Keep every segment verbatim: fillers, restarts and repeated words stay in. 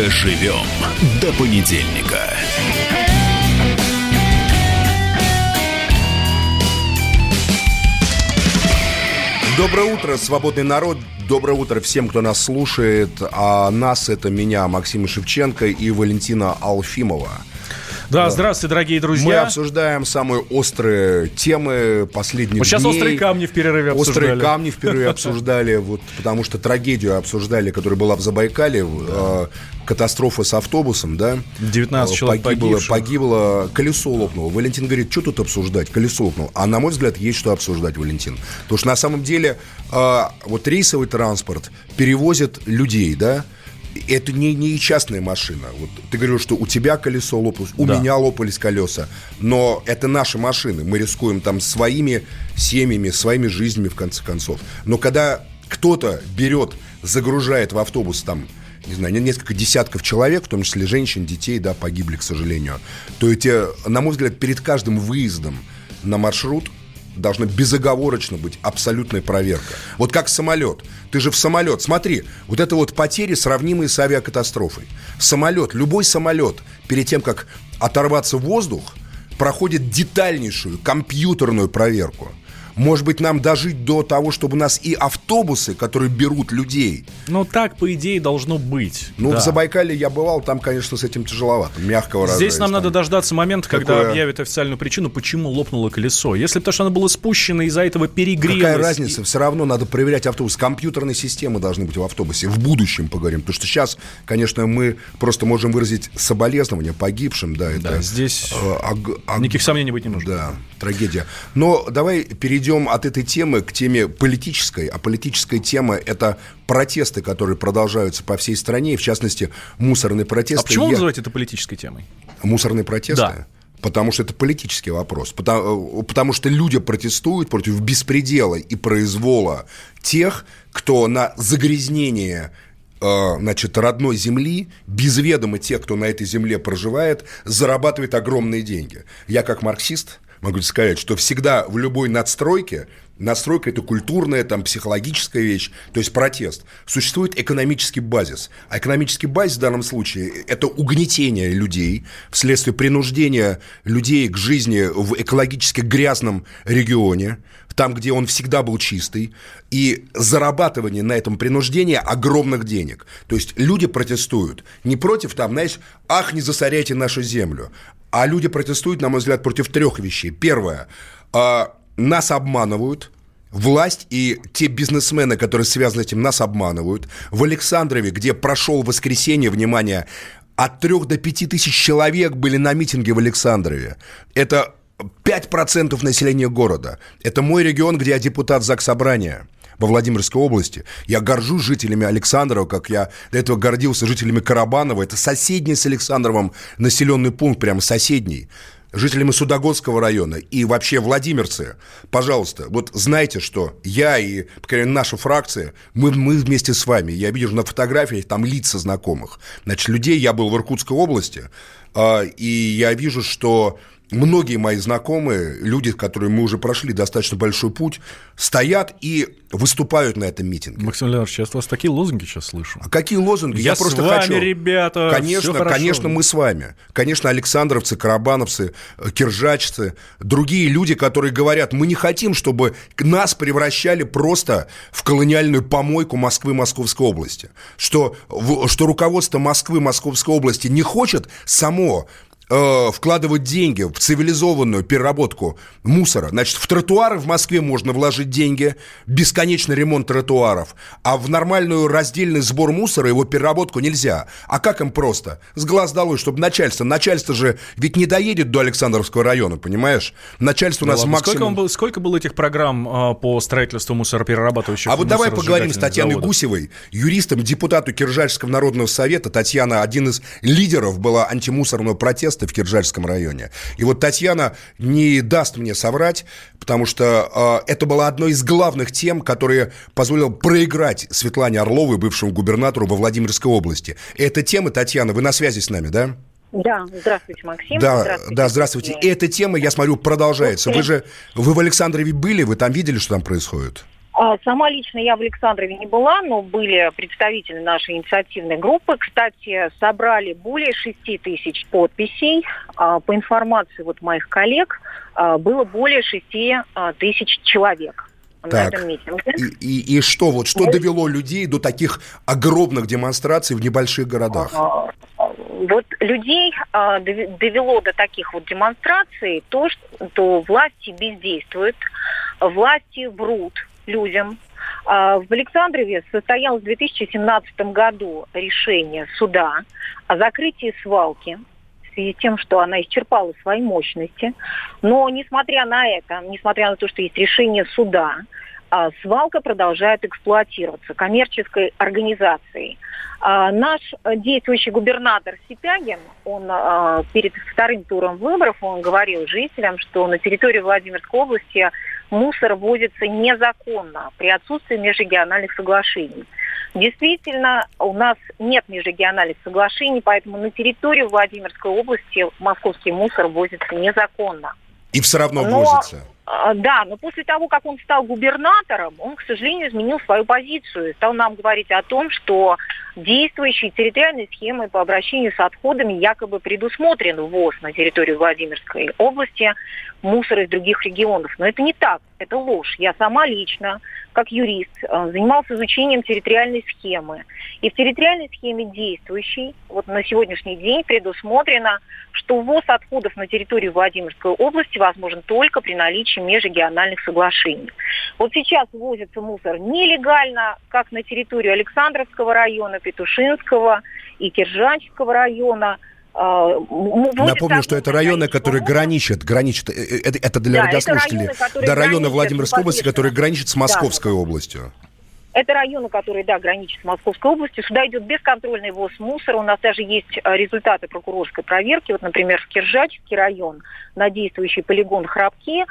Доживем до понедельника. Доброе утро, свободный народ. Доброе утро всем, кто нас слушает. А нас это меня, Максима Шевченко, и Валентина Алфимова. Да, здравствуйте, дорогие друзья. Мы обсуждаем самые острые темы последних вот сейчас дней. острые камни в перерыве обсуждали. Острые камни в перерыве обсуждали, вот, потому что трагедию обсуждали, которая была в Забайкале, э, катастрофа с автобусом, да. девятнадцать человек погибло, погибло, колесо лопнуло. Валентин говорит, что тут обсуждать, колесо лопнуло. А на мой взгляд, есть что обсуждать, Валентин. Потому что на самом деле э, вот рейсовый транспорт перевозит людей, да. Это не, не частная машина. Вот ты говорил, что у тебя колесо лопалось, у да. меня лопались колеса. Но это наши машины. Мы рискуем там своими семьями, своими жизнями, в конце концов. Но когда кто-то берет, загружает в автобус там, не знаю, несколько десятков человек, в том числе женщин, детей, да, погибли, к сожалению, то эти, на мой взгляд, перед каждым выездом на маршрут должна безоговорочно быть абсолютная проверка. Вот как самолет. Ты же в самолет. Смотри, вот это вот потери, сравнимые с авиакатастрофой. Самолет, любой самолет, перед тем, как оторваться в воздух, проходит детальнейшую компьютерную проверку. Может быть, нам дожить до того, чтобы у нас и автобусы, которые берут людей. Ну, так, по идее, должно быть. Ну, да. в Забайкале я бывал, там, конечно, с этим тяжеловато, мягко выражаясь. Здесь нам там. надо дождаться момента, когда Какое... объявят официальную причину, почему лопнуло колесо. Если потому что оно было спущено, из-за этого перегрелось. Какая разница? И... Все равно надо проверять автобус. Компьютерные системы должны быть в автобусе. В будущем поговорим. Потому что сейчас, конечно, мы просто можем выразить соболезнования погибшим. Да, да это, здесь э, аг... Аг... никаких сомнений быть не нужно. Да, трагедия. Но давай перейдем от этой темы к теме политической, а политическая тема – это протесты, которые продолжаются по всей стране, и в частности мусорные протесты. А почему Я... вы называете это политической темой? Мусорные протесты? Да. Потому что это политический вопрос. Потому, потому что люди протестуют против беспредела и произвола тех, кто на загрязнение значит, родной земли, без ведома тех, кто на этой земле проживает, зарабатывает огромные деньги. Я как марксист могу сказать, что всегда в любой надстройке, надстройка – это культурная, там, психологическая вещь, то есть протест, существует экономический базис. А экономический базис в данном случае – это угнетение людей вследствие принуждения людей к жизни в экологически грязном регионе, там, где он всегда был чистый, и зарабатывание на этом принуждении огромных денег. То есть люди протестуют не против, там, знаешь, ах, не засоряйте нашу землю, а люди протестуют, на мой взгляд, против трех вещей. Первое, э, нас обманывают, власть и те бизнесмены, которые связаны с этим, нас обманывают. В Александрове, где прошел в воскресенье, внимание, от трех до пяти тысяч человек были на митинге в Александрове. Это пять процентов населения города. Это мой регион, где я депутат Заксобрания во Владимирской области. Я горжусь жителями Александрова, как я до этого гордился жителями Карабанова. Это соседний с Александровым населенный пункт, прямо соседний. Жителями Судогодского района и вообще владимирцы. Пожалуйста, вот знайте, что я и, по крайней мере, наша фракция, мы, мы вместе с вами. Я вижу на фотографиях там лица знакомых. Значит, людей, я был в Иркутской области, э, и я вижу, что многие мои знакомые, люди, с которыми мы уже прошли достаточно большой путь, стоят и выступают на этом митинге. Максим Леонидович, я от вас такие лозунги сейчас слышу. А какие лозунги? Я, я просто с вами, хочу... ребята, конечно, все хорошо. Конечно, мы с вами. Конечно, александровцы, карабановцы, киржачцы, другие люди, которые говорят, мы не хотим, чтобы нас превращали просто в колониальную помойку Москвы, Московской области. Что, что руководство Москвы, Московской области не хочет само вкладывать деньги в цивилизованную переработку мусора. Значит, в тротуары в Москве можно вложить деньги, бесконечный ремонт тротуаров, а в нормальную раздельный сбор мусора, его переработку нельзя. А как им просто? С глаз долой, чтобы начальство. Начальство же ведь не доедет до Александровского района, понимаешь? Начальство у нас ладно, максимум... Сколько, было, сколько было этих программ а, по строительству мусороперерабатывающих? А вот давай поговорим с Татьяной заводов. Гусевой, юристом, депутату Киржачского народного совета. Татьяна один из лидеров была антимусорного протеста в Киржачском районе. И вот Татьяна не даст мне соврать, потому что э, это была одной из главных тем, которые позволила проиграть Светлане Орловой, бывшему губернатору во Владимирской области. И эта тема, Татьяна, вы на связи с нами, да? Да, здравствуйте, Максим. Да, здравствуйте, да, здравствуйте. И эта тема, я смотрю, продолжается. Вы же, вы в Александрове были, вы там видели, что там происходит? Сама лично я в Александрове не была, но были представители нашей инициативной группы. Кстати, собрали более шести тысяч подписей. По информации вот моих коллег, было более шести тысяч человек на так. этом митинге. И, и, и что, вот, что довело людей до таких огромных демонстраций в небольших городах? Вот людей а, довело до таких вот демонстраций то, что власти бездействуют, власти врут людям. А, в Александрове состоялось в две тысячи семнадцатом году решение суда о закрытии свалки в связи с тем, что она исчерпала свои мощности. Но несмотря на это, несмотря на то, что есть решение суда, а, свалка продолжает эксплуатироваться коммерческой организацией. А, наш действующий губернатор Сипягин, он а, перед вторым туром выборов, он говорил жителям, что на территории Владимирской области мусор ввозится незаконно при отсутствии межрегиональных соглашений. Действительно, у нас нет межрегиональных соглашений, поэтому на территорию Владимирской области московский мусор ввозится незаконно. И все равно но, ввозится. Да, но после того, как он стал губернатором, он, к сожалению, изменил свою позицию. Стал нам говорить о том, что действующие территориальные схемы по обращению с отходами якобы предусмотрен ввоз на территорию Владимирской области мусора из других регионов. Но это не так, это ложь. Я сама лично, как юрист, занималась изучением территориальной схемы. И в территориальной схеме действующей, вот на сегодняшний день предусмотрено, что ввоз отходов на территорию Владимирской области возможен только при наличии межрегиональных соглашений. Вот сейчас ввозится мусор нелегально, как на территорию Александровского района, Петушинского и Киржачского района. Напомню, что это районы, которые граничат, граничат, это, это для да, радиослушателей, это районы, до района Владимирской области, которые граничат с Московской да, областью. Это районы, которые, да, граничат с Московской областью. Сюда идет бесконтрольный ввоз мусора. У нас даже есть результаты прокурорской проверки. Вот, например, в Киржачский район на действующий полигон Храбки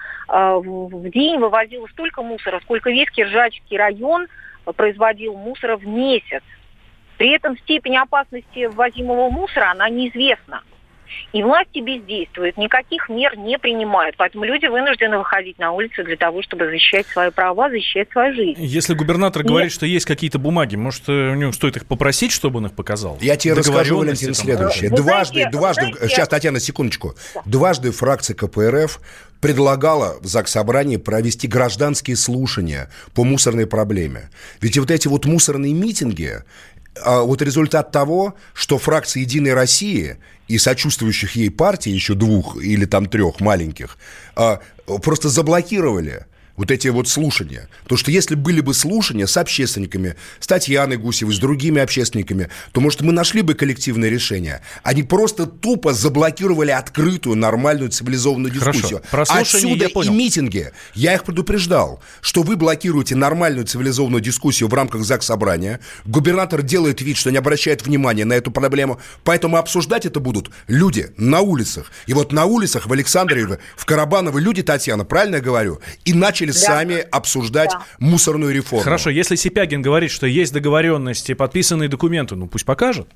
в день вывозило столько мусора, сколько весь Киржачский район производил мусора в месяц. При этом степень опасности ввозимого мусора, она неизвестна. И власти бездействуют, никаких мер не принимают. Поэтому люди вынуждены выходить на улицы для того, чтобы защищать свои права, защищать свою жизнь. Если губернатор Нет. говорит, что есть какие-то бумаги, может, у него стоит их попросить, чтобы он их показал? Я тебе расскажу, Валентин, следующее. Вы дважды, знаете, дважды, знаете, сейчас, Татьяна, секундочку. Да. Дважды фракция ка пэ эр эф предлагала в Заксобрании провести гражданские слушания по мусорной проблеме. Ведь вот эти вот мусорные митинги, вот результат того, что фракция «Единой России» и сочувствующих ей партий, еще двух или там трех маленьких, просто заблокировали вот эти вот слушания. Потому что если были бы слушания с общественниками, с Татьяной Гусевой, с другими общественниками, то, может, мы нашли бы коллективное решение. Они просто тупо заблокировали открытую, нормальную, цивилизованную дискуссию. Хорошо. Отсюда и митинги. Я их предупреждал, что вы блокируете нормальную, цивилизованную дискуссию в рамках Заксобрания. Губернатор делает вид, что не обращает внимания на эту проблему. Поэтому обсуждать это будут люди на улицах. И вот на улицах в Александрове, в Карабаново люди, Татьяна, правильно я говорю, и начали Да. сами обсуждать да. мусорную реформу. Хорошо, если Сипягин говорит, что есть договоренности, подписанные документы, ну пусть покажет.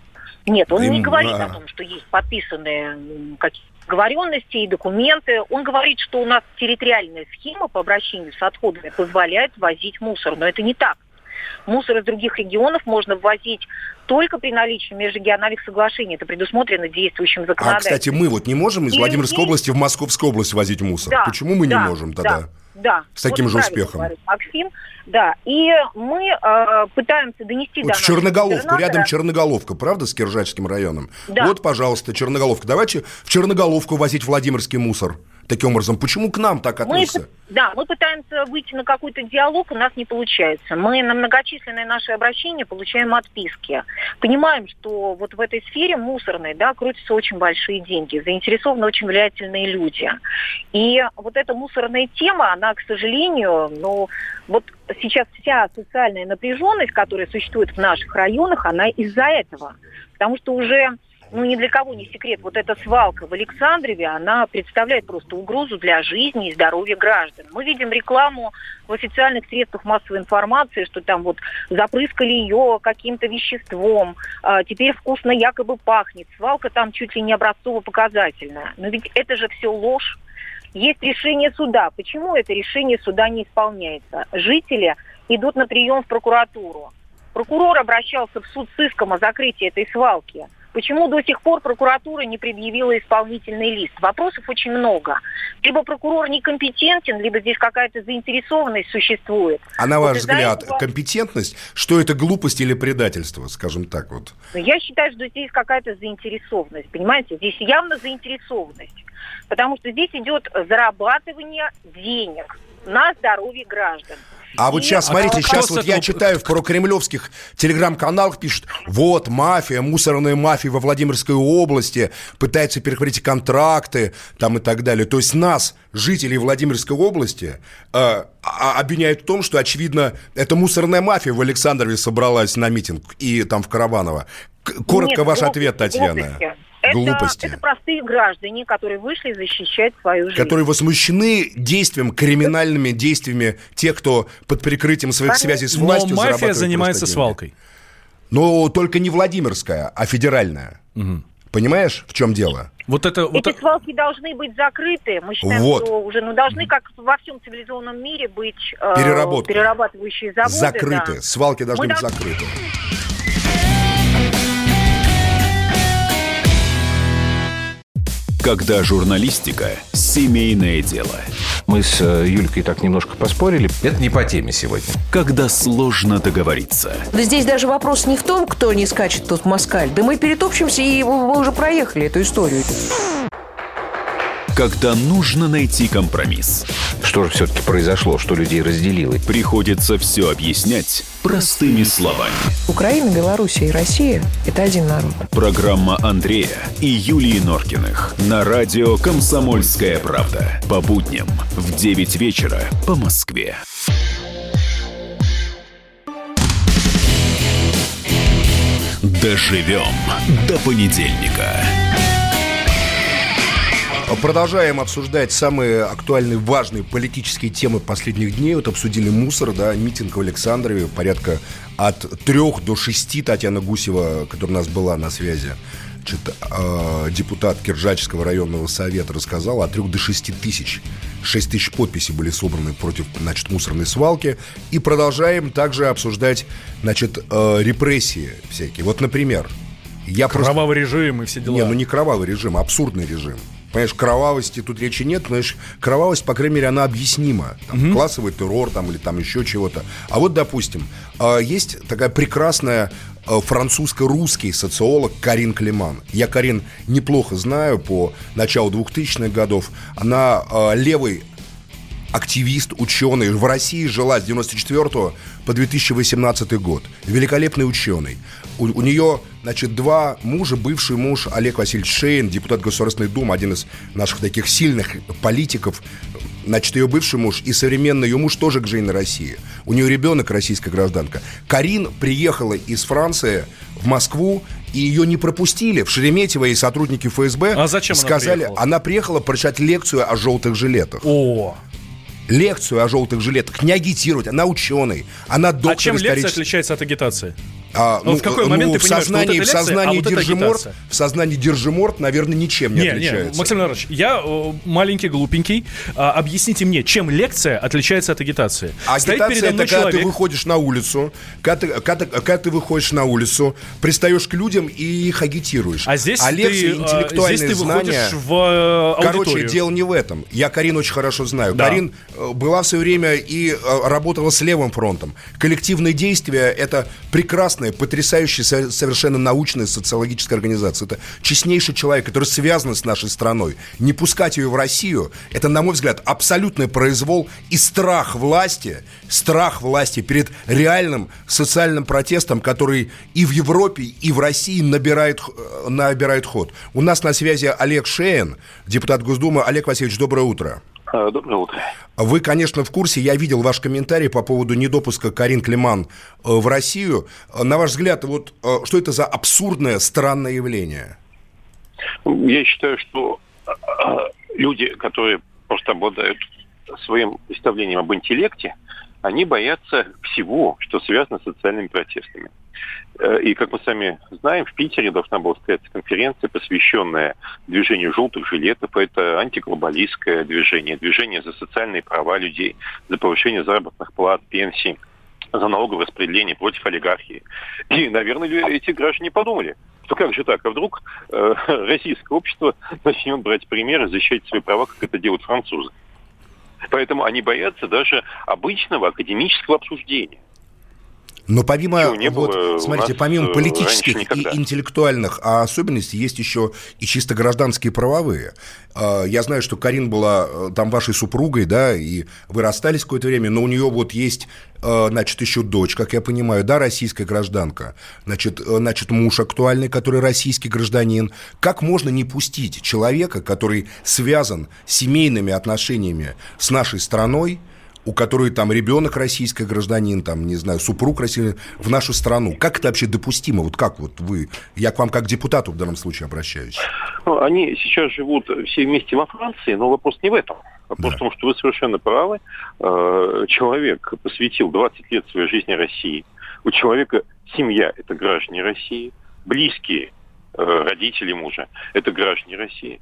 Нет, он Им... не говорит а... о том, что есть подписанные какие-то договоренности и документы. Он говорит, что у нас территориальная схема по обращению с отходами позволяет возить мусор, но это не так. Мусор из других регионов можно ввозить только при наличии межрегиональных соглашений. Это предусмотрено действующим законодательством. А, кстати, мы вот не можем из и Владимирской людей... области в Московскую область возить мусор? Да, Почему мы да, не можем тогда? Да. Да, с таким вот же успехом. Говорит Максим. Да, и мы э, пытаемся донести вот до в Черноголовку, рядом Черноголовка, правда, с Киржачским районом? Да. Вот, пожалуйста, Черноголовка. Давайте в Черноголовку возить Владимирский мусор. Таким образом, почему к нам так относятся? Мы, да, мы пытаемся выйти на какой-то диалог, у нас не получается. Мы на многочисленные наши обращения получаем отписки. Понимаем, что вот в этой сфере мусорной, да, крутятся очень большие деньги, заинтересованы очень влиятельные люди. И вот эта мусорная тема, она, к сожалению, ну, вот сейчас вся социальная напряженность, которая существует в наших районах, она из-за этого. Потому что уже... Ну, ни для кого не секрет, вот эта свалка в Александрове, она представляет просто угрозу для жизни и здоровья граждан. Мы видим рекламу в официальных средствах массовой информации, что там вот запрыскали ее каким-то веществом, а теперь вкусно якобы пахнет, свалка там чуть ли не образцово-показательная. Но ведь это же все ложь. Есть решение суда. Почему это решение суда не исполняется? Жители идут на прием в прокуратуру. Прокурор обращался в суд с иском о закрытии этой свалки. Почему до сих пор прокуратура не предъявила исполнительный лист? Вопросов очень много. Либо прокурор некомпетентен, либо здесь какая-то заинтересованность существует. А на вот ваш взгляд, этого... компетентность, что это глупость или предательство, скажем так вот? Я считаю, что здесь какая-то заинтересованность, понимаете? Здесь явно заинтересованность. Потому что здесь идет зарабатывание денег на здоровье граждан. А вот сейчас, смотрите, а сейчас вот я читаю в прокремлевских телеграм-каналах, пишут, вот, мафия, мусорная мафия во Владимирской области пытается перехватить контракты, там и так далее. То есть нас, жителей Владимирской области, э, обвиняют в том, что, очевидно, это мусорная мафия в Александрове собралась на митинг и там в Карабаново. Коротко Нет, ваш глупости, ответ, Татьяна. Глупости. Это, Глупости. это простые граждане, которые вышли защищать свою жизнь. Которые возмущены действием, криминальными действиями тех, кто под прикрытием своих Конечно. связей с властью Но мафия занимается свалкой. Но только не Владимирская, а федеральная. Угу. Понимаешь, в чем дело? Вот это, вот Эти это... свалки должны быть закрыты. Мы считаем, вот. что уже ну, должны, как во всем цивилизованном мире, быть э, перерабатывающие заводы. Закрыты. Да. Свалки должны Мы быть должны... закрыты. Когда журналистика – семейное дело. Мы с Юлькой так немножко поспорили. Это не по теме сегодня. Когда сложно договориться. Да здесь даже вопрос не в том, кто не скачет тут москаль. Да мы перетопчемся, и мы уже проехали эту историю. Когда нужно найти компромисс. Что же все-таки произошло, что людей разделило? Приходится все объяснять простыми словами. Украина, Белоруссия и Россия – это один народ. Программа Андрея и Юлии Норкиных на радио «Комсомольская правда». По будням в девять вечера по Москве. Доживем до понедельника. Продолжаем обсуждать самые актуальные, важные политические темы последних дней. Вот обсудили мусор, да, митинг в Александрове. Порядка от трех до шести. Татьяна Гусева, которая у нас была на связи, значит, э, депутат Киржачского районного совета, рассказала, от трех до шести тысяч. Шесть тысяч подписей были собраны против, значит, мусорной свалки. И продолжаем также обсуждать, значит, э, репрессии всякие. Вот, например, я Кровавый просто... режим и все дела. Не, ну не кровавый режим, а абсурдный режим. Понимаешь, кровавости тут речи нет, понимаешь, кровавость, по крайней мере, она объяснима. Там, угу. Классовый террор там, или там еще чего-то. А вот, допустим, есть такая прекрасная французско-русский социолог Карин Климан. Я Карин неплохо знаю по началу двухтысячных годов. Она левый активист, ученый. В России жила с девяносто четвёртого по две тысячи восемнадцатый год. Великолепный ученый. У, у нее, значит, два мужа. Бывший муж Олег Васильевич Шейн, депутат Государственной Думы, один из наших таких сильных политиков. Значит, ее бывший муж и современный ее муж тоже гражданин России. У нее ребенок, российская гражданка. Карин приехала из Франции в Москву, и ее не пропустили. В Шереметьево и сотрудники эф эс бэ а зачем сказали, она приехала? Она приехала прочитать лекцию о желтых жилетах. О! Лекцию о желтых жилетах, не агитировать. Она ученый, она доктор исторических... А чем исторических... лекция отличается от агитации? А, ну, в какой момент ну, ты понимаешь, сознании, что вот эта лекция, в сознании а вот Держиморт, в сознании Держиморт, наверное, ничем не, не отличается. Не, Максим Леонидович, я э, маленький, глупенький. А, объясните мне, чем лекция отличается от агитации? Агитация — это когда человек... ты выходишь на улицу, когда ты, когда, когда ты выходишь на улицу, пристаешь к людям и их агитируешь. А здесь а лекции, ты, интеллектуальные здесь ты знания... в э, аудиторию. Короче, дело не в этом. Я Карин очень хорошо знаю. Да. Карин была в свое время и работала с Левым фронтом. Коллективные действия — это прекрасная, потрясающая, совершенно научная социологическая организация. Это честнейший человек, который связан с нашей страной. Не пускать ее в Россию — это, на мой взгляд, абсолютный произвол и страх власти, страх власти перед реальным социальным протестом, который и в Европе, и в России набирает, набирает ход. У нас на связи Олег Шейн, депутат Госдумы. Олег Васильевич, доброе утро. Доброе утро. Вы, конечно, в курсе, я видел ваш комментарий по поводу недопуска Карин Климан в Россию. На ваш взгляд, вот что это за абсурдное, странное явление? Я считаю, что люди, которые просто обладают своим представлением об интеллекте, они боятся всего, что связано с социальными протестами. И, как мы сами знаем, в Питере должна была состояться конференция, посвященная движению желтых жилетов. Это антиглобалистское движение, движение за социальные права людей, за повышение заработных плат, пенсий, за налоговое распределение, против олигархии. И, наверное, эти граждане подумали, что как же так, а вдруг э, российское общество начнет брать примеры, защищать свои права, как это делают французы. Поэтому они боятся даже обычного академического обсуждения. Но помимо, не вот, было смотрите, помимо политических и интеллектуальных особенностей, есть еще и чисто гражданские правовые. Я знаю, что Карин была там вашей супругой, да, и вы расстались какое-то время, но у нее вот есть, значит, еще дочь, как я понимаю, да, российская гражданка, значит, значит, муж актуальный, который российский гражданин. Как можно не пустить человека, который связан семейными отношениями с нашей страной, у которой там ребенок российский гражданин, там, не знаю, супруг российский, в нашу страну? Как это вообще допустимо? Вот как вот вы, я к вам как к депутату в данном случае обращаюсь. Ну, они сейчас живут все вместе во Франции, но вопрос не в этом. Вопрос да. в том, что вы совершенно правы. Человек посвятил двадцать лет своей жизни России. У человека семья – это граждане России, близкие родители мужа – это граждане России.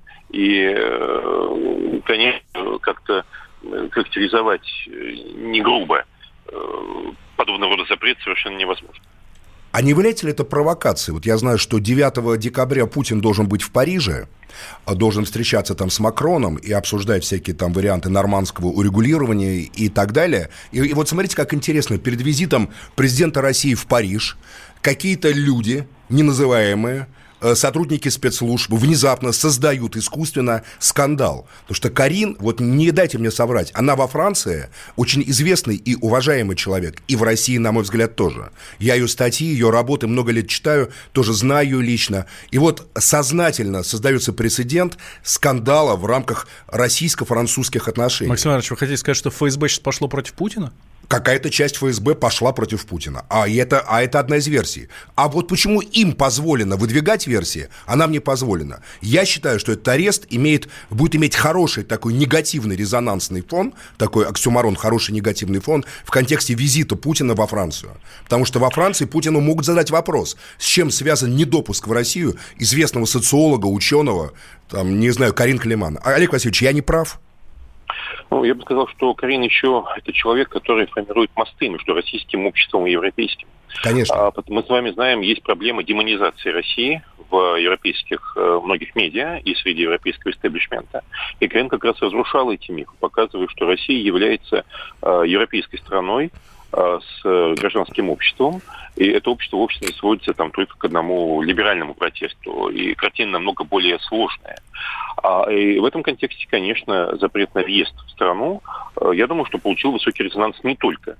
И, конечно, как-то характеризовать не грубо подобного рода запрет совершенно невозможно. А не является ли это провокацией? Вот я знаю, что девятого декабря Путин должен быть в Париже, должен встречаться там с Макроном и обсуждать всякие там варианты нормандского урегулирования и так далее. И, и вот смотрите, как интересно, перед визитом президента России в Париж какие-то люди, неназываемые, сотрудники спецслужб внезапно создают искусственно скандал. Потому что Карин, вот не дайте мне соврать, она во Франции очень известный и уважаемый человек. И в России, на мой взгляд, тоже. Я ее статьи, ее работы много лет читаю, тоже знаю ее лично. И вот сознательно создается прецедент скандала в рамках российско-французских отношений. Максим Иванович, вы хотите сказать, что ФСБ сейчас пошло против Путина? Какая-то часть ФСБ пошла против Путина. А это, а это одна из версий. А вот почему им позволено выдвигать версии, а нам не позволено? Я считаю, что этот арест имеет, будет иметь хороший такой негативный резонансный фон, такой оксюморон, хороший негативный фон в контексте визита Путина во Францию. Потому что во Франции Путину могут задать вопрос, с чем связан недопуск в Россию известного социолога, ученого, там, не знаю, Карин Климан. Олег Васильевич, я не прав? Ну, я бы сказал, что Карин еще это человек, который формирует мосты между российским обществом и европейским. Конечно. А, мы с вами знаем, есть проблема демонизации России в европейских э, многих медиа и среди европейского истеблишмента. И Карин как раз разрушал эти мифы, показывая, что Россия является э, европейской страной э, с гражданским обществом. И это общество, общество не сводится там только к одному либеральному протесту. И картина намного более сложная. А, и в этом контексте, конечно, запрет на въезд в страну, я думаю, что получил высокий резонанс не только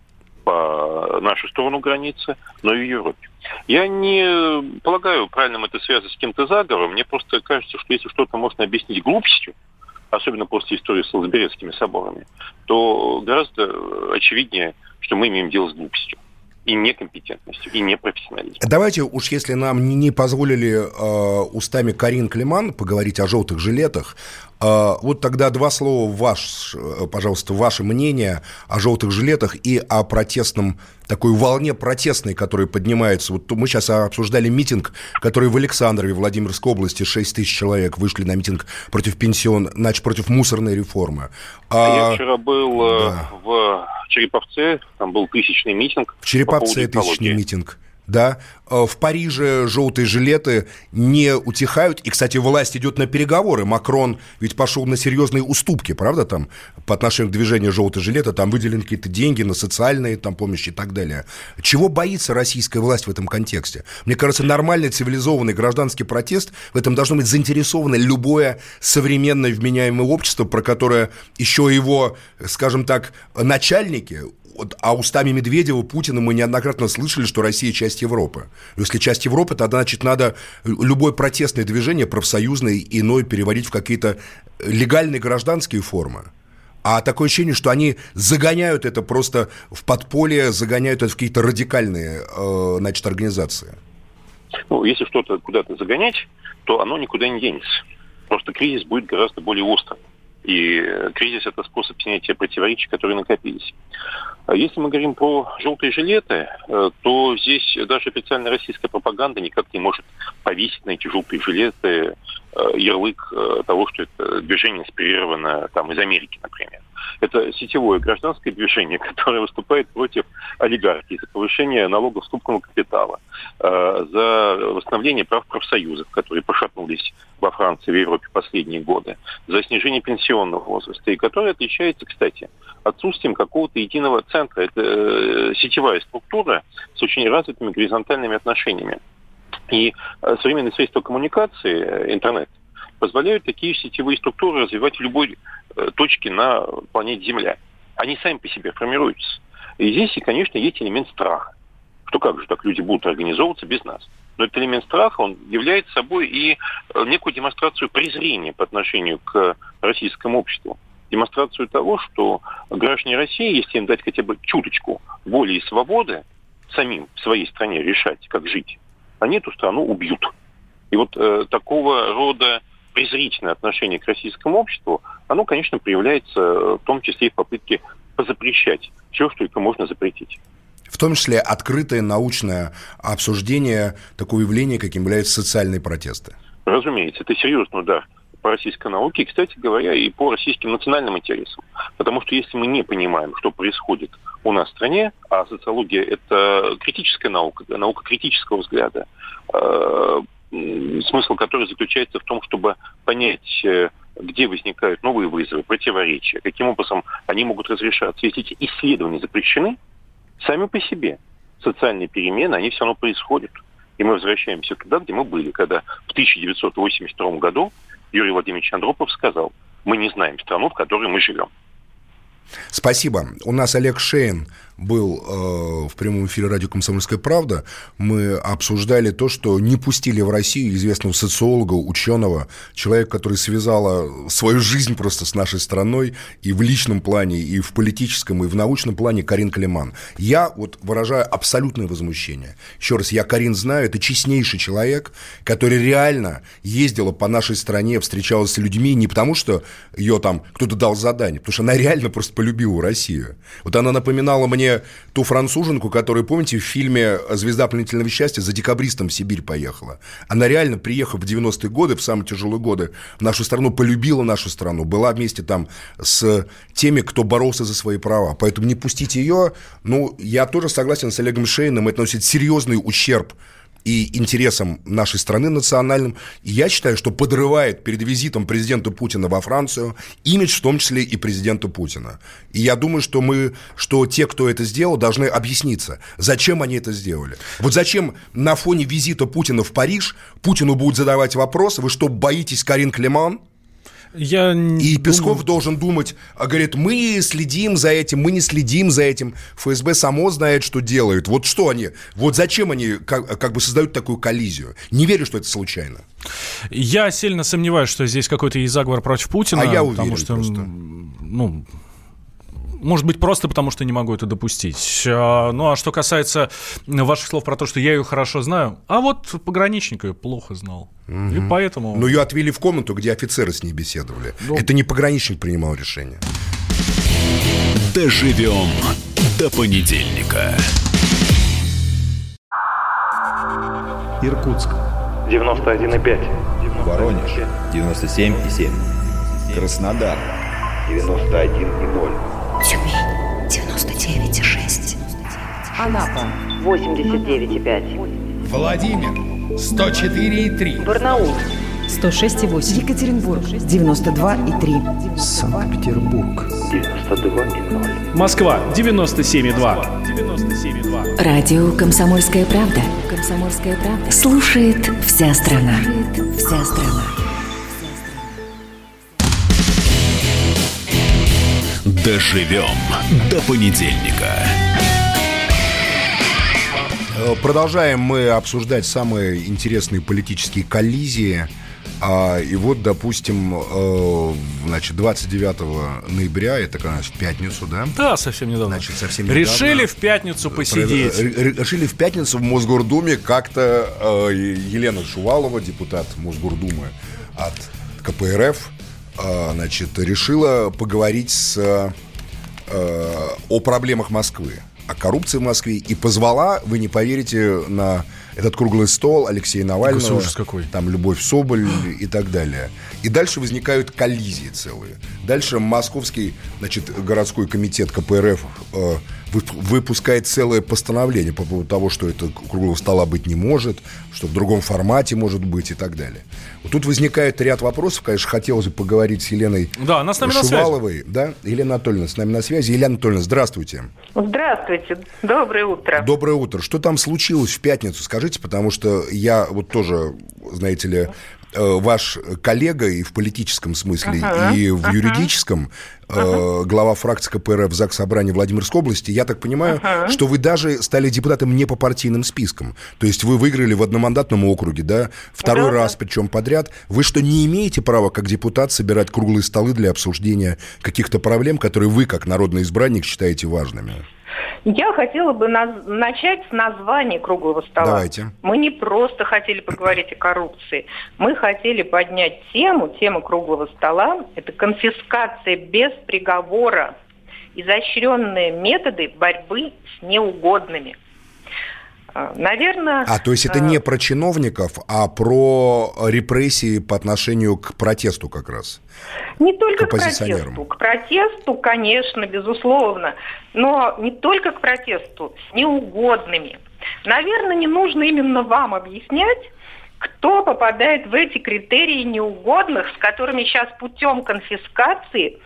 по нашу сторону границы, но и в Европе. Я не полагаю правильным это связано с каким-то заговором. Мне просто кажется, что если что-то можно объяснить глупостью, особенно после истории с Солсберийскими соборами, то гораздо очевиднее, что мы имеем дело с глупостью. И некомпетентностью, и непрофессионализмом. Давайте уж, если нам не позволили э, устами Карин Климан поговорить о желтых жилетах, э, вот тогда два слова, ваш, пожалуйста, ваше мнение о желтых жилетах и о протестном, такой волне протестной, которая поднимается. Вот мы сейчас обсуждали митинг, который в Александрове, Владимирской области, шесть тысяч человек вышли на митинг против пенсион, значит, против мусорной реформы. А, Я вчера был да. в Череповце, там был тысячный митинг. В Череповце тысячный митинг, да. В Париже желтые жилеты не утихают. И, кстати, власть идет на переговоры. Макрон ведь пошел на серьезные уступки, правда, там, по отношению к движению желтые жилеты. Там выделены какие-то деньги на социальные там, помощи и так далее. Чего боится российская власть в этом контексте? Мне кажется, нормальный, цивилизованный гражданский протест, в этом должно быть заинтересовано любое современное вменяемое общество, про которое еще его, скажем так, начальники... А устами Медведева, Путина мы неоднократно слышали, что Россия часть Европы. Если часть Европы, тогда, значит, надо любое протестное движение, профсоюзное и иное, переводить в какие-то легальные гражданские формы. А такое ощущение, что они загоняют это просто в подполье, загоняют это в какие-то радикальные, значит, организации. Ну, если что-то куда-то загонять, то оно никуда не денется. Просто кризис будет гораздо более острым. И кризис – это способ снятия противоречий, которые накопились. Если мы говорим про желтые жилеты, то здесь даже официальная российская пропаганда никак не может повесить на эти желтые жилеты ярлык того, что это движение инспирировано там, из Америки, например. Это сетевое гражданское движение, которое выступает против олигархии за повышение налогов с крупного капитала, за восстановление прав профсоюзов, которые пошатнулись во Франции, в Европе последние годы, за снижение пенсионного возраста, и которое отличается, кстати, отсутствием какого-то единого центра. Это сетевая структура с очень развитыми горизонтальными отношениями. И современные средства коммуникации, интернет, позволяют такие сетевые структуры развивать в любой точке на планете Земля. Они сами по себе формируются. И здесь, конечно, есть элемент страха. Что как же так люди будут организовываться без нас? Но этот элемент страха, он является собой и некую демонстрацию презрения по отношению к российскому обществу. Демонстрацию того, что граждане России, если им дать хотя бы чуточку воли и свободы самим в своей стране решать, как жить, они эту страну убьют. И вот э, такого рода презрительное отношение к российскому обществу, оно, конечно, проявляется в том числе и в попытке позапрещать все, что только можно запретить. В том числе открытое научное обсуждение такого явления, каким являются социальные протесты. Разумеется, это серьезный удар по российской науке, и, кстати говоря, и по российским национальным интересам. Потому что если мы не понимаем, что происходит у нас в стране, а социология – это критическая наука, наука критического взгляда, э, смысл которой заключается в том, чтобы понять, где возникают новые вызовы, противоречия, каким образом они могут разрешаться. Если эти исследования запрещены, сами по себе социальные перемены, они все равно происходят. И мы возвращаемся туда, где мы были, когда в тысяча девятьсот восемьдесят втором году Юрий Владимирович Андропов сказал: мы не знаем страну, в которой мы живем. Спасибо. У нас Олег Шейн был э, в прямом эфире радио «Комсомольская правда». Мы обсуждали то, что не пустили в Россию известного социолога, ученого, человека, который связал свою жизнь просто с нашей страной и в личном плане, и в политическом, и в научном плане, Карин Климан. Я вот выражаю абсолютное возмущение. Еще раз, я Карин знаю, это честнейший человек, который реально ездила по нашей стране, встречалась с людьми не потому, что ее там кто-то дал задание, потому что она реально просто полюбила Россию. Вот она напоминала мне ту француженку, которая, помните, в фильме «Звезда пленительного счастья» за декабристом в Сибирь поехала. Она реально, приехав в девяностые годы, в самые тяжелые годы, в нашу страну, полюбила нашу страну, была вместе там с теми, кто боролся за свои права. Поэтому не пустить ее, ну, я тоже согласен с Олегом Шейном, это носит серьезный ущерб и интересам нашей страны национальным. И я считаю, что подрывает перед визитом президента Путина во Францию имидж, в том числе и президента Путина. И я думаю, что мы, что те, кто это сделал, должны объясниться, зачем они это сделали. Вот зачем на фоне визита Путина в Париж Путину будут задавать вопросы: вы что, боитесь Карин Климан? Я и Песков думаю... должен думать, говорит, мы следим за этим, мы не следим за этим. ФСБ само знает, что делает. Вот что они, вот зачем они как, как бы создают такую коллизию? Не верю, что это случайно. Я сильно сомневаюсь, что здесь какой-то есть заговор против Путина. А я уверен потому что, просто. Ну... Может быть, просто потому, что не могу это допустить. Ну, а что касается ваших слов про то, что я ее хорошо знаю, а вот пограничник ее плохо знал. Угу. И поэтому... Но ее отвели в комнату, где офицеры с ней беседовали. Ну... Это не пограничник принимал решение. Доживем до понедельника. Иркутск. девяносто один и пять. Воронеж. девяносто семь и семь. Краснодар. девяносто один и ноль. Тюмень девяносто девять и шесть. Анапа восемьдесят девять и пять. Владимир сто четыре и три. Барнаул сто шесть и восемь. Екатеринбург девяносто два и три. Санкт-Петербург девяносто два и ноль. Москва девяносто семь и два. Радио «Комсомольская правда». «Комсомольская правда». Слушает вся страна. Слушает вся страна. Доживем до понедельника. Продолжаем мы обсуждать самые интересные политические коллизии. И вот, допустим, значит, двадцать девятого ноября, это, конечно, в пятницу, да? Да, совсем недавно. Значит, совсем недавно. Решили в пятницу посидеть. Решили в пятницу в Мосгордуме как-то Елена Шувалова, депутат Мосгордумы от КПРФ, значит, решила поговорить с, о проблемах Москвы, о коррупции в Москве, и позвала, вы не поверите, на этот круглый стол Алексея Навального, ужас какой. Там Любовь Соболь и так далее. И дальше возникают коллизии целые. Дальше Московский, значит, городской комитет ка пэ эр эф э, выпускает целое постановление по поводу того, что это круглого стола быть не может, что в другом формате может быть и так далее. Вот тут возникает ряд вопросов. Конечно, хотелось бы поговорить с Еленой да, она с нами Шуваловой. На связи. Да, Елена Анатольевна с нами на связи. Елена Анатольевна, здравствуйте. Здравствуйте. Доброе утро. Доброе утро. Что там случилось в пятницу? Скажите, потому что я вот тоже, знаете ли, ваш коллега и в политическом смысле, uh-huh. и в uh-huh. юридическом, uh-huh. э, глава фракции ка пэ эр эф в Заксобрании Владимирской области, я так понимаю, uh-huh. что вы даже стали депутатом не по партийным спискам. То есть вы выиграли в одномандатном округе, да, второй uh-huh. раз, причем подряд. Вы что, не имеете права, как депутат, собирать круглые столы для обсуждения каких-то проблем, которые вы, как народный избранник, считаете важными? Я хотела бы наз- начать с названия круглого стола. Давайте. Мы не просто хотели поговорить о коррупции. Мы хотели поднять тему, тему круглого стола. Это конфискация без приговора, изощренные методы борьбы с неугодными. Наверное... А, то есть это не про чиновников, а про репрессии по отношению к протесту как раз? Не только к, к протесту. К протесту, конечно, безусловно. Но не только к протесту, с неугодными. Наверное, не нужно именно вам объяснять, кто попадает в эти критерии неугодных, с которыми сейчас путем конфискации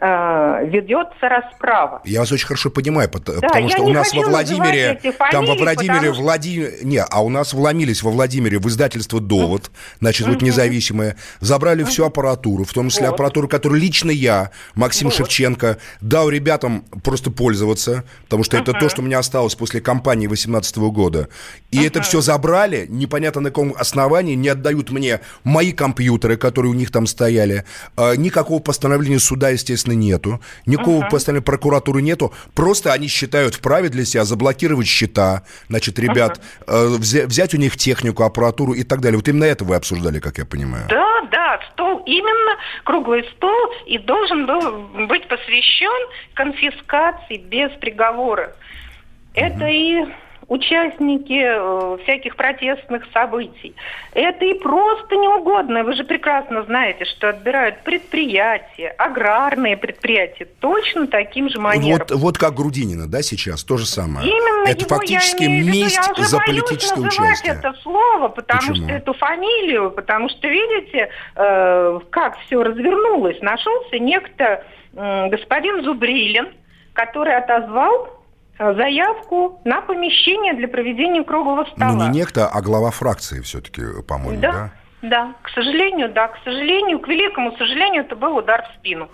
ведется расправа. Я вас очень хорошо понимаю, потому, да, потому что у нас во Владимире, фамилии, там во Владимире, что... Влади... не, а у нас вломились во Владимире в издательство «Довод», значит, вот независимое, забрали всю аппаратуру, в том числе вот. аппаратуру, которую лично я, Максим вот. Шевченко, дал ребятам просто пользоваться, потому что это то, что у меня осталось после кампании восемнадцатого года. И это все забрали, непонятно на каком основании, не отдают мне мои компьютеры, которые у них там стояли, никакого постановления суда, естественно, нету, никакого uh-huh. постановления прокуратуры нету, просто они считают вправе для себя заблокировать счета, значит, ребят, uh-huh. э, взя- взять у них технику, аппаратуру и так далее. Вот именно это вы обсуждали, как я понимаю. Да, да, стол, именно круглый стол и должен был быть посвящен конфискации без приговора. Uh-huh. Это и участники э, всяких протестных событий. Это и просто неугодно. Вы же прекрасно знаете, что отбирают предприятия, аграрные предприятия, точно таким же манером. Вот, вот как Грудинина, да, сейчас, то же самое. Именно это фактически месть за политическое участие. Я уже боюсь называть это слово, потому Почему? что эту фамилию, потому что, видите, э, как все развернулось. Нашелся некто э, господин Зубрилин, который отозвал заявку на помещение для проведения круглого стола. Ну, не некто, а глава фракции все-таки, по-моему, да? Да, да, к сожалению, да, к сожалению, к великому сожалению, это был удар в спину.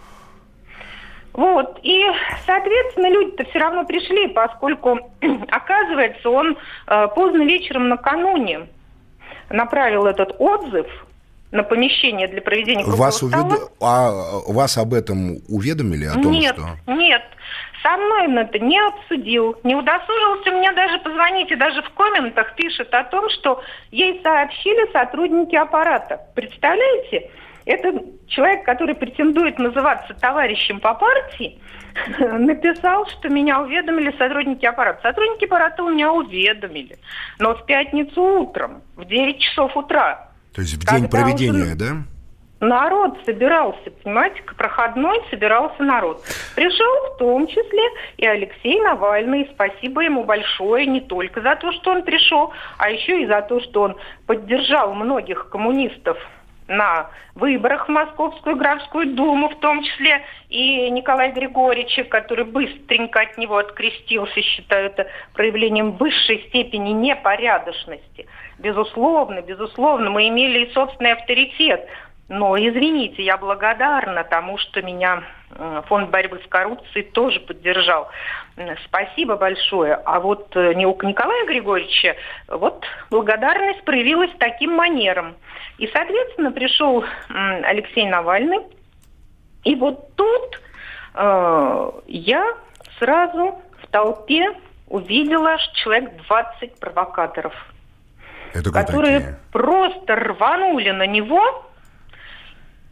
Вот, и, соответственно, люди-то все равно пришли, поскольку, оказывается, он э, поздно вечером накануне направил этот отзыв на помещение для проведения круглого вас стола. Увед... А вас об этом уведомили? О том, нет, что... нет. Со мной он это не обсудил, не удосужился мне даже позвонить, и даже в комментах пишет о том, что ей сообщили сотрудники аппарата. Представляете? Это человек, который претендует называться товарищем по партии, написал, что меня уведомили сотрудники аппарата. Сотрудники аппарата у меня уведомили, но в пятницу утром, в девять часов утра. То есть в день проведения, да? Народ собирался, понимаете, к проходной собирался народ. Пришел в том числе и Алексей Навальный. Спасибо ему большое не только за то, что он пришел, а еще и за то, что он поддержал многих коммунистов на выборах в Московскую городскую думу, в том числе и Николая Григорьевича, который быстренько от него открестился, считаю это проявлением высшей степени непорядочности. Безусловно, безусловно, мы имели и собственный авторитет. Но, извините, я благодарна тому, что меня Фонд борьбы с коррупцией тоже поддержал. Спасибо большое. А вот у Николая Григорьевича вот благодарность проявилась таким манером. И, соответственно, пришел Алексей Навальный. И вот тут э, я сразу в толпе увидела человек двадцать провокаторов, это которые такие? Просто рванули на него.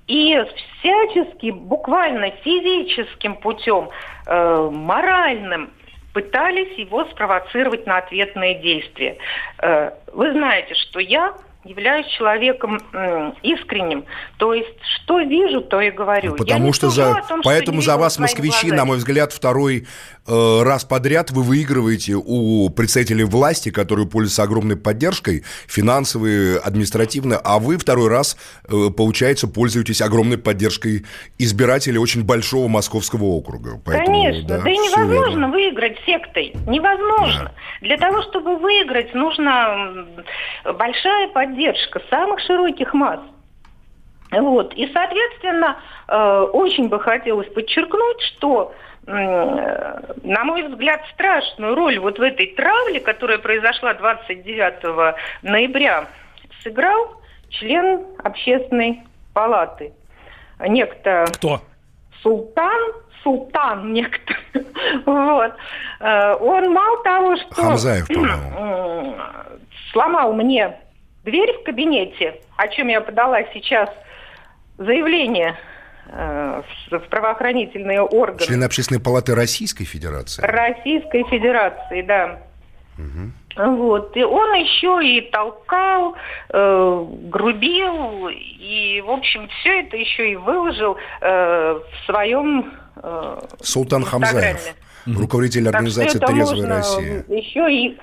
и всячески, буквально физическим путем, э, моральным, пытались его спровоцировать на ответные действия. Э, вы знаете, что я являюсь человеком м, искренним. То есть, что вижу, то и говорю. Потому что за... том, Поэтому что за вас, москвичи, на мой взгляд, второй э, раз подряд вы выигрываете у представителей власти, которые пользуются огромной поддержкой, финансовой, административной, а вы второй раз, э, получается, пользуетесь огромной поддержкой избирателей очень большого московского округа. Поэтому, конечно. Да, да и невозможно выиграть сектой. Невозможно. Да. Для того, чтобы выиграть, нужна большая поддержка самых широких масс. Вот. И, соответственно, э, очень бы хотелось подчеркнуть, что, э, на мой взгляд, страшную роль вот в этой травле, которая произошла двадцать девятого ноября, сыграл член общественной палаты. Некто... Кто? Султан. Султан некто. Вот. Э, он мало того, что... Хамзаев, по-моему. Сломал мне дверь в кабинете, о чем я подала сейчас заявление э, в правоохранительные органы. Член Общественной палаты Российской Федерации? Российской Федерации, да. Угу. Вот. И он еще и толкал, э, грубил, и, в общем, все это еще и выложил э, в своем э, Султан Хамзаев, руководитель организации «Трезвая Россия». Еще и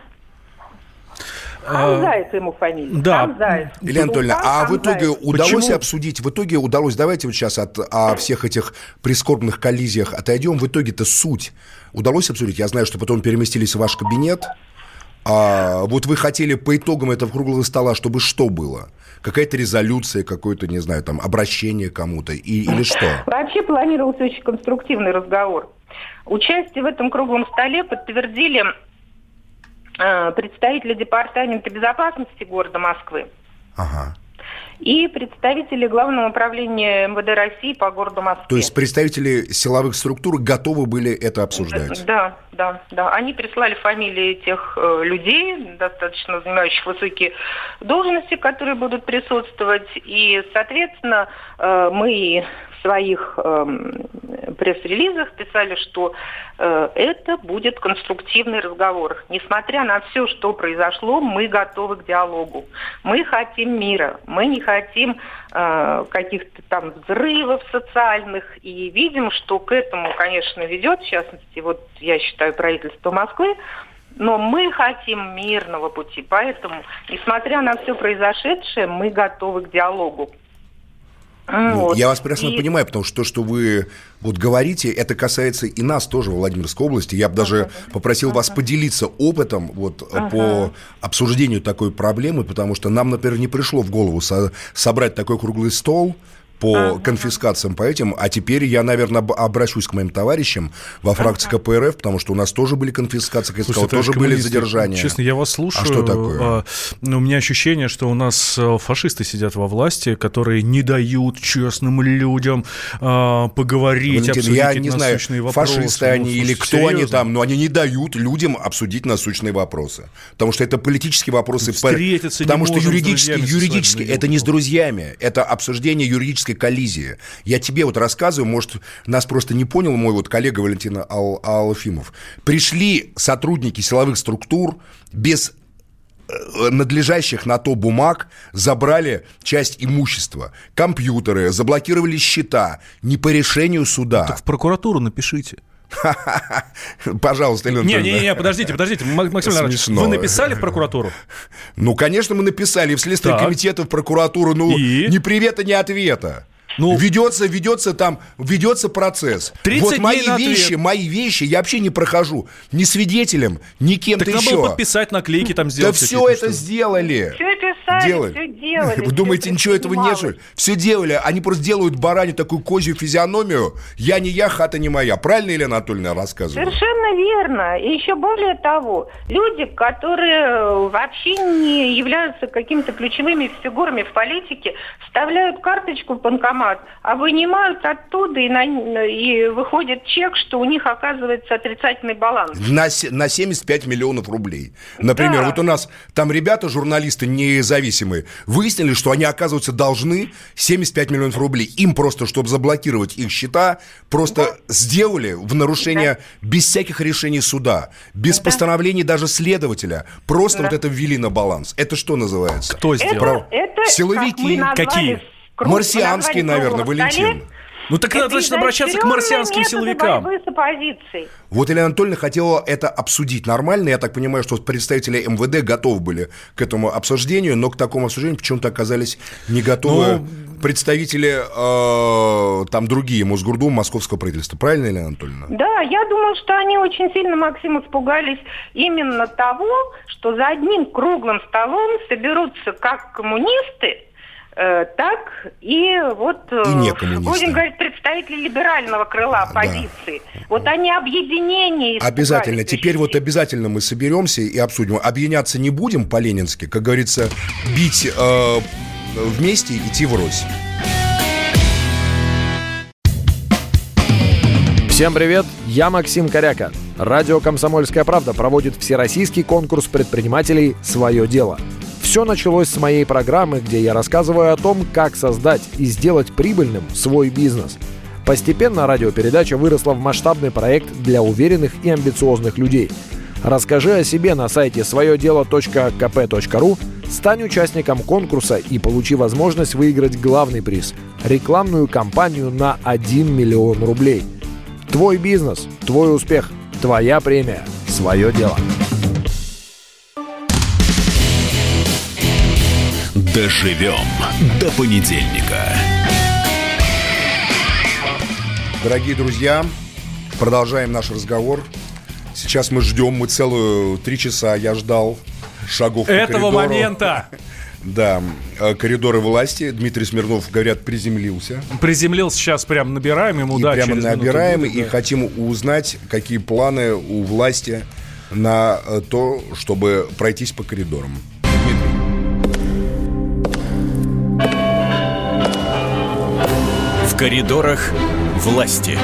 Хамзаев ему фамилия. Да. Хамзаев. Елена Анатольевна, а в итоге удалось Почему? обсудить, в итоге удалось, давайте вот сейчас от, о всех этих прискорбных коллизиях отойдем, в итоге-то суть удалось обсудить? Я знаю, что потом переместились в ваш кабинет, а вот вы хотели по итогам этого круглого стола, чтобы что было? Какая-то резолюция, какое-то, не знаю, там, обращение кому-то и, или что? Вообще планировался очень конструктивный разговор. Участие в этом круглом столе подтвердили представители Департамента безопасности города Москвы. Ага. И представители Главного управления эм вэ дэ России по городу Москве. То есть представители силовых структур готовы были это обсуждать? Да, да, да. Они прислали фамилии тех э, людей, достаточно занимающих высокие должности, которые будут присутствовать. И, соответственно, э, мы в своих э, пресс-релизах писали, что э, это будет конструктивный разговор. Несмотря на все, что произошло, мы готовы к диалогу. Мы хотим мира, мы не хотим э, каких-то там взрывов социальных. И видим, что к этому, конечно, ведет, в частности, вот я считаю, правительство Москвы. Но мы хотим мирного пути. Поэтому, несмотря на все произошедшее, мы готовы к диалогу. Ну, вот. Я вас прекрасно и... понимаю, потому что то, что вы вот говорите, это касается и нас тоже в Владимирской области. Я бы даже uh-huh. попросил uh-huh. вас поделиться опытом вот, uh-huh. по обсуждению такой проблемы, потому что нам, например, не пришло в голову со- собрать такой круглый стол по uh-huh. конфискациям, по этим, а теперь я, наверное, обращусь к моим товарищам во фракции uh-huh. ка пэ эр эф, потому что у нас тоже были конфискации, как я сказал, тоже были задержания. Честно, я вас слушаю. А что такое? А, ну, у меня ощущение, что у нас фашисты сидят во власти, которые не дают честным людям а, поговорить, Валентин, обсудить я эти не знаю, насущные вопросы. Фашисты они ну, или кто серьезно? они там, но они не дают людям обсудить насущные вопросы. Потому что это политические вопросы. Встретиться Потому не что можем юридически, с юридически это не с друзьями, это обсуждение юридической коллизии. Я тебе вот рассказываю, может, нас просто не понял мой вот коллега Валентин Ал- Алфимов. Пришли сотрудники силовых структур без надлежащих на то бумаг, забрали часть имущества, компьютеры, заблокировали счета, не по решению суда. Так в прокуратуру напишите. Пожалуйста, Елена Анатольевна. Не-не-не, подождите, подождите, Максим Леонидович, вы написали в прокуратуру? Ну, конечно, мы написали. В Следственный комитет, в прокуратуру, ну, и? ни привета, ни ответа. Ну, ведется, ведется там, ведется процесс. Вот мои вещи, мои вещи я вообще не прохожу ни свидетелем, ни кем-то так еще. Так надо было подписать наклейки, там сделать. Да все это сделали. Все писали, делали. все делали. Вы думаете, ничего этого нет, что ли? Все делали. Они просто делают баране такую козью физиономию. Я не я, хата не моя. Правильно, Елена Анатольевна, рассказываю? Совершенно верно. И еще более того, люди, которые вообще не являются какими-то ключевыми фигурами в политике, вставляют карточку в банкомат банкомат, а вынимают оттуда, и, на, и выходит чек, что у них оказывается отрицательный баланс. На, на семьдесят пять миллионов рублей. Например, да. Вот у нас там ребята, журналисты независимые, выяснили, что они, оказывается, должны семьдесят пять миллионов рублей. Им просто, чтобы заблокировать их счета, просто да. сделали в нарушение да. без всяких решений суда, без да. постановлений даже следователя, просто да. вот это ввели на баланс. Это что называется? Кто сделал? Это, это, силовики. Какие? Круг, марсианские, наверное, Валентин. Ну так это значит обращаться к марсианским силовикам. Вот Елена Анатольевна хотела это обсудить нормально. Я так понимаю, что представители эм вэ дэ готовы были к этому обсуждению, но к такому обсуждению почему-то оказались не готовы ну... представители э, там другие Мосгордумы, московского правительства. Правильно, Елена Анатольевна? Да, я думаю, что они очень сильно, Максим, испугались именно того, что за одним круглым столом соберутся как коммунисты, так и вот, и будем говорить, представители либерального крыла оппозиции. Да. Вот они объединение. Обязательно. Теперь вот обязательно мы соберемся и обсудим. Объединяться не будем по-ленински, как говорится, бить э, вместе, идти врозь. Всем привет, я Максим Коряка. Радио «Комсомольская правда» проводит всероссийский конкурс предпринимателей «Свое дело». Все началось с моей программы, где я рассказываю о том, как создать и сделать прибыльным свой бизнес. Постепенно радиопередача выросла в масштабный проект для уверенных и амбициозных людей. Расскажи о себе на сайте свое дело точка ка пэ точка ру, стань участником конкурса и получи возможность выиграть главный приз – рекламную кампанию на один миллион рублей. Твой бизнес, твой успех, твоя премия, свое дело. Доживем до понедельника. Дорогие друзья, продолжаем наш разговор. Сейчас мы ждем, мы целую три часа, я ждал шагов по этого коридору. момента. Да, коридоры власти. Дмитрий Смирнов, говорят, приземлился. Приземлился, сейчас прям набираем ему, и да, прямо набираем, будет, и да. хотим узнать, какие планы у власти на то, чтобы пройтись по коридорам. В коридорах власти.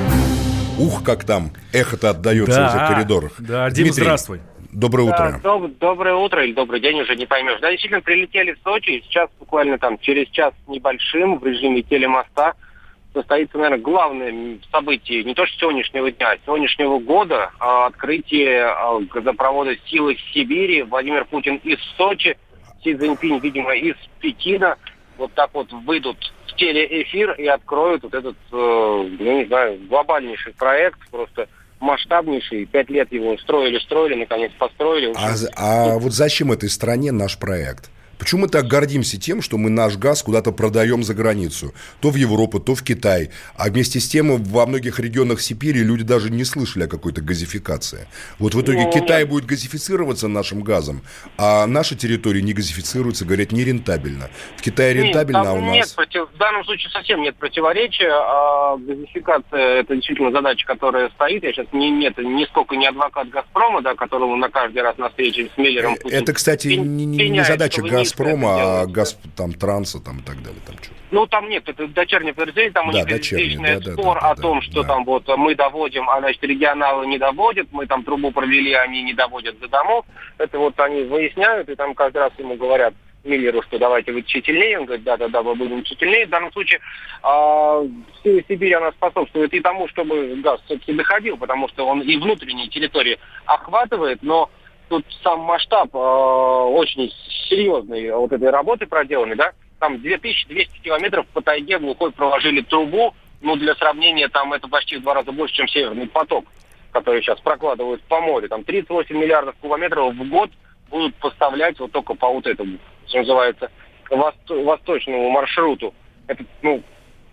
Ух, как там эхо-то отдается да, в этих коридорах. Да, Дим, Дмитрий, здравствуй. Доброе утро. Да, доб- доброе утро или добрый день, уже не поймешь. Да, действительно, прилетели в Сочи, и сейчас буквально там через час с небольшим в режиме телемоста состоится, наверное, главное событие не то что сегодняшнего дня, а сегодняшнего года. А, открытие а, газопровода «Силы Сибири». Владимир Путин из Сочи, Си Цзиньпинь, видимо, из Пекина. Вот так вот выйдут в телеэфир и откроют вот этот, э, ну не знаю, глобальнейший проект, просто масштабнейший. Пять лет его строили, строили, наконец построили. А, а вот зачем этой стране наш проект? Почему мы так гордимся тем, что мы наш газ куда-то продаем за границу? То в Европу, то в Китай. А вместе с тем во многих регионах Сибири люди даже не слышали о какой-то газификации. Вот в итоге ну, Китай нет. будет газифицироваться нашим газом, а наши территории не газифицируются, говорят, нерентабельно. В Китае рентабельно, нет, а у нас... Нет, против... в данном случае совсем нет противоречия. А газификация – это действительно задача, которая стоит. Я сейчас не, нет, нисколько не адвокат «Газпрома», да, которому на каждый раз на встрече с Миллером Путин... Это, кстати, пен... не, не, не задача «Газпрома», а газ, там, Транса там, и так далее. Там, ну, там нет, это дочернее подразделение, там да, у них вечный да, спор да, да, о том, да, что да. там вот мы доводим, а значит регионалы не доводят, мы там трубу провели, а они не доводят до домов. Это вот они выясняют, и там каждый раз ему говорят, Миллеру, что давайте вы тщательнее. Он говорит, да-да-да, мы будем тщательнее. В данном случае э, Сибирь, она способствует и тому, чтобы газ все-таки доходил, потому что он и внутренние территории охватывает, но тут сам масштаб э, очень серьезной вот этой работы проделанной, да, там две тысячи двести километров по тайге глухой проложили трубу, ну, для сравнения, там это почти в два раза больше, чем Северный поток, который сейчас прокладывают по морю, там тридцать восемь миллиардов кубометров в год будут поставлять вот только по вот этому, что называется, восто- восточному маршруту. Это, ну,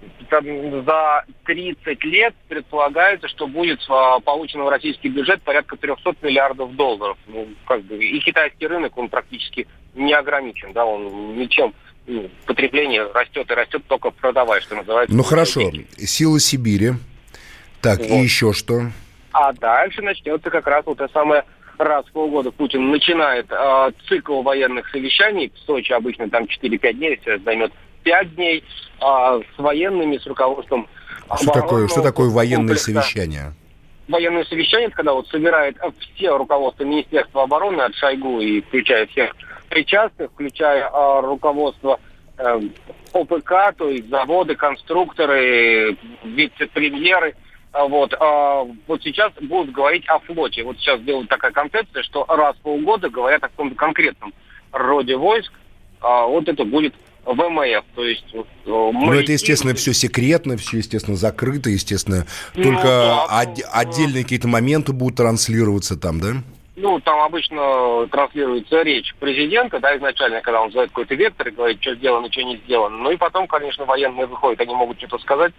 за тридцать лет предполагается, что будет а, получено в российский бюджет порядка триста миллиардов долларов. Ну, как бы, и китайский рынок, он практически не ограничен, да, он ничем, ну, потребление растет и растет, только продавая, что называется. Ну, хорошо, «Силы Сибири». Так, вот. И еще что? А дальше начнется как раз вот это самое, раз в полгода Путин начинает э, цикл военных совещаний. В Сочи обычно там четыре-пять дней, сейчас займет пять дней а, с военными, с руководством. Что такое, что такое военное совещание? Военное совещание, это когда вот собирает все руководство Министерства обороны от Шойгу и включая всех причастных, включая а, руководство а, ОПК, то есть заводы, конструкторы, вице-премьеры. А, вот, а, вот сейчас будут говорить о флоте. Вот сейчас делают такая концепция, что раз в полгода говорят о каком-то конкретном роде войск. А, вот это будет ВМФ, то есть... Ну, моряки... это, естественно, все секретно, все, естественно, закрыто, естественно. Ну, только да, од- ну, отдельные какие-то моменты будут транслироваться там, да? Ну, там обычно транслируется речь президента, да, изначально, когда он задает какой-то вектор и говорит, что сделано, что не сделано. Ну и потом, конечно, военные выходят, они могут что-то сказать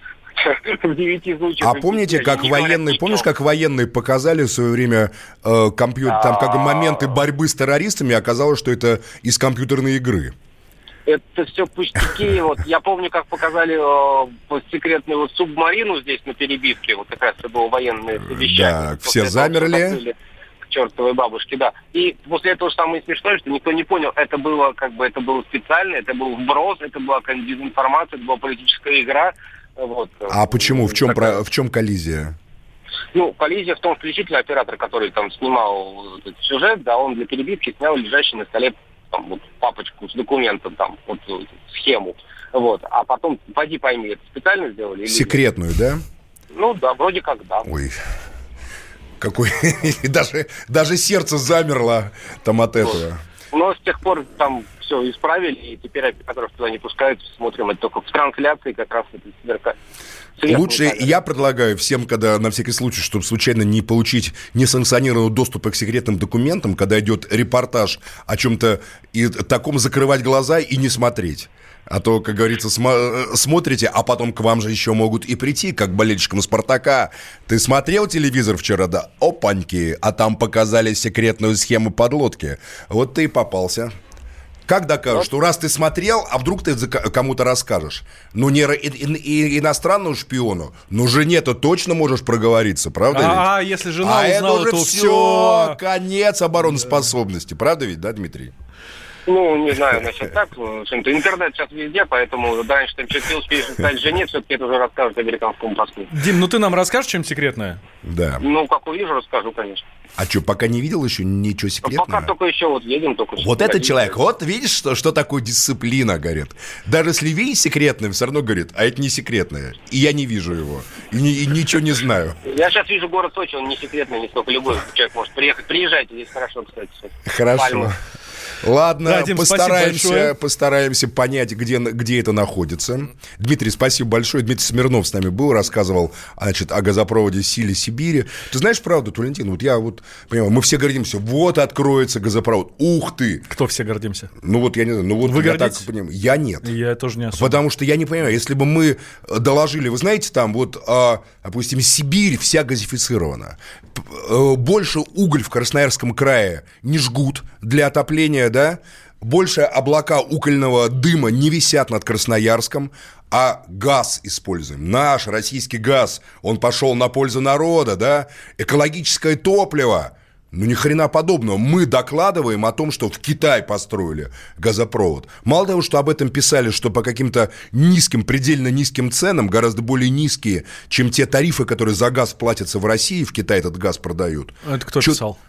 в девяти случаях. А помните, как военные, помнишь, как военные показали в свое время э, компьютер, там как моменты борьбы с террористами, оказалось, что это из компьютерной игры. Это все пустяки. Вот я помню, как показали э, секретную вот субмарину здесь на Перебивке. Вот как раз это было военное совещание. Да, все замерли. К чертовой бабушке, да. И после этого самое смешное, что никто не понял, это было как бы это было специально, это был вброс, это была дезинформация, это была политическая игра. Вот. А почему? В чем, такая... в чем коллизия? Ну, коллизия в том, что действительно оператор, который там снимал этот сюжет, да, он для Перебивки снял лежащий на столе там, вот, папочку с документом, там, вот, схему. Вот. А потом, поди пойми, это специально сделали? Секретную, или... да? Ну, да, вроде как, да. Ой, какой... даже, даже сердце замерло там от этого. Но с тех пор там все исправили, и теперь операторов туда не пускают, смотрим это только в трансляции как раз это сверка. Лучше я предлагаю всем, когда на всякий случай, чтобы случайно не получить несанкционированного доступа к секретным документам, когда идет репортаж о чем-то и таком, закрывать глаза и не смотреть. А то, как говорится, см- смотрите, а потом к вам же еще могут и прийти, как болельщикам «Спартака». Ты смотрел телевизор вчера? Да, опаньки, а там показали секретную схему подлодки. Вот ты и попался. Как докажешь, что раз ты смотрел, а вдруг ты кому-то расскажешь? Ну, не и, и, иностранному шпиону, но жене-то точно можешь проговориться, правда ведь? А, если жена а узнала, это уже то все, все, конец обороноспособности, правда ведь, да, Дмитрий? Ну, не знаю, значит, так, интернет сейчас везде, поэтому раньше там что-то успеешь сказать жене, все-таки это уже расскажут американскому послу. Дим, ну ты нам расскажешь, чем секретное? Да. Ну, как увижу, расскажу, конечно. А что, пока не видел еще ничего секретного? Пока только еще вот едем, только... Вот этот человек, вот видишь, что, что такое дисциплина, говорит. Даже если видишь секретное, все равно говорит, а это не секретное. И я не вижу его. И, не, и ничего не знаю. Я сейчас вижу город Сочи, он не секретный, не столько любой человек может приехать. Приезжайте, здесь хорошо, кстати. Хорошо. Пальмы. Ладно, да, Дим, постараемся, постараемся понять, где, где это находится. Дмитрий, спасибо большое. Дмитрий Смирнов с нами был, рассказывал, значит, о газопроводе «Силе Сибири». Ты знаешь правду, Валентин? Вот я вот понимаю, мы все гордимся. Вот откроется газопровод. Ух ты! Кто все гордимся? Ну вот я не знаю. Ну вот вы я гордитесь? Так понимаю. Я нет. Я тоже не особо. Потому что я не понимаю, если бы мы доложили, вы знаете, там вот, а, допустим, Сибирь вся газифицирована. Больше уголь в Красноярском крае не жгут для отопления, да? Больше облака угольного дыма не висят над Красноярском, а газ используем. Наш российский газ, он пошел на пользу народа, да? Экологическое топливо. Ну, ни хрена подобного. Мы докладываем о том, что в Китай построили газопровод. Мало того, что об этом писали, что по каким-то низким, предельно низким ценам, гораздо более низкие, чем те тарифы, которые за газ платятся в России, в Китае этот газ продают. Это кто Чуть... писал?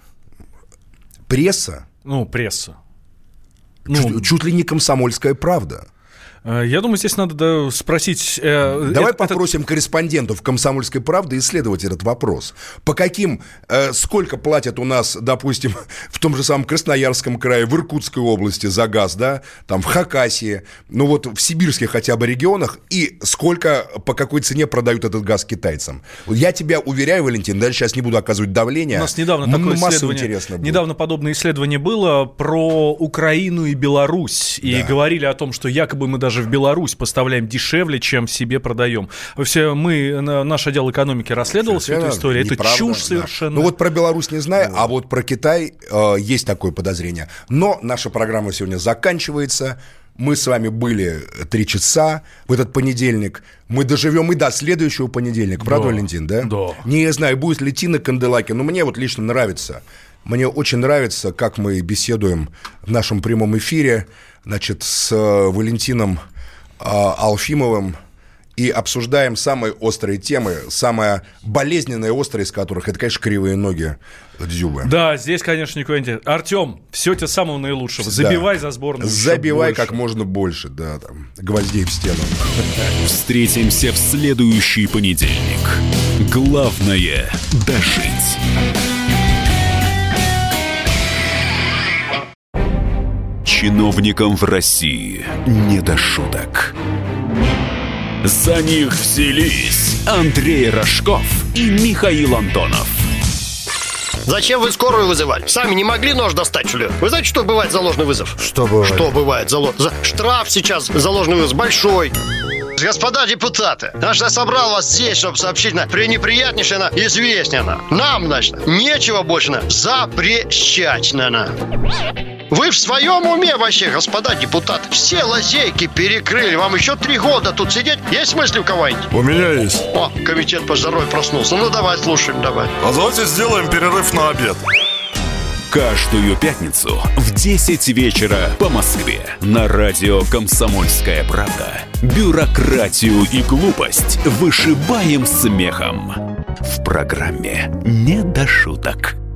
Пресса. Ну, пресса. Чуть, ну... чуть ли не «Комсомольская правда». Я думаю, здесь надо да, спросить... Э, Давай это, попросим это... корреспондентов «Комсомольской правды» исследовать этот вопрос. По каким, э, сколько платят у нас, допустим, в том же самом Красноярском крае, в Иркутской области за газ, да, там в Хакасии, ну вот в сибирских хотя бы регионах, и сколько, по какой цене продают этот газ китайцам. Вот я тебя уверяю, Валентин, даже сейчас не буду оказывать давление. У нас недавно такое исследование, недавно подобное исследование было про Украину и Беларусь, и да. говорили о том, что якобы мы даже даже в Беларусь поставляем дешевле, чем себе продаем. Все, мы, наш отдел экономики расследовал всю эту историю. Это неправда, чушь да. совершенно. Ну вот про Беларусь не знаю, вот. А вот про Китай э, есть такое подозрение. Но наша программа сегодня заканчивается. Мы с вами были три часа в этот понедельник. Мы доживем и до следующего понедельника. Правда, да. Валентин, да? Да. Не знаю, будет ли Тина Канделаки, но мне вот лично нравится. Мне очень нравится, как мы беседуем в нашем прямом эфире, значит, с Валентином Алфимовым и обсуждаем самые острые темы, самая болезненная и острая из которых, это, конечно, кривые ноги Дзюбы. Да, здесь, конечно, никуда не... Артем, все тебе самого наилучшего. Забивай да. за сборную. Забивай как можно больше, да, там, гвоздей в стену. Встретимся в следующий понедельник. Главное – дожить. Чиновникам в России не до шуток. За них взялись Андрей Рожков и Михаил Антонов. Зачем вы скорую вызывали? Сами не могли нож достать, что ли? Вы знаете, что бывает за ложный вызов? Что бывает? Что бывает за ложный вызов? Штраф сейчас за ложный вызов большой. Господа депутаты, значит, я собрал вас здесь, чтобы сообщить на пренеприятнейшее на известное на. Нам, значит, нечего больше на запрещать на. на. Вы в своем уме вообще, господа депутаты? Все лазейки перекрыли. Вам еще три года тут сидеть? Есть мысли у кого-нибудь? У меня есть. О, комитет по здоровью проснулся. Ну, давай, слушаем, давай. А давайте сделаем перерыв на обед. Каждую пятницу в десять вечера по Москве на радио «Комсомольская правда». Бюрократию и глупость вышибаем смехом. В программе «Не до шуток».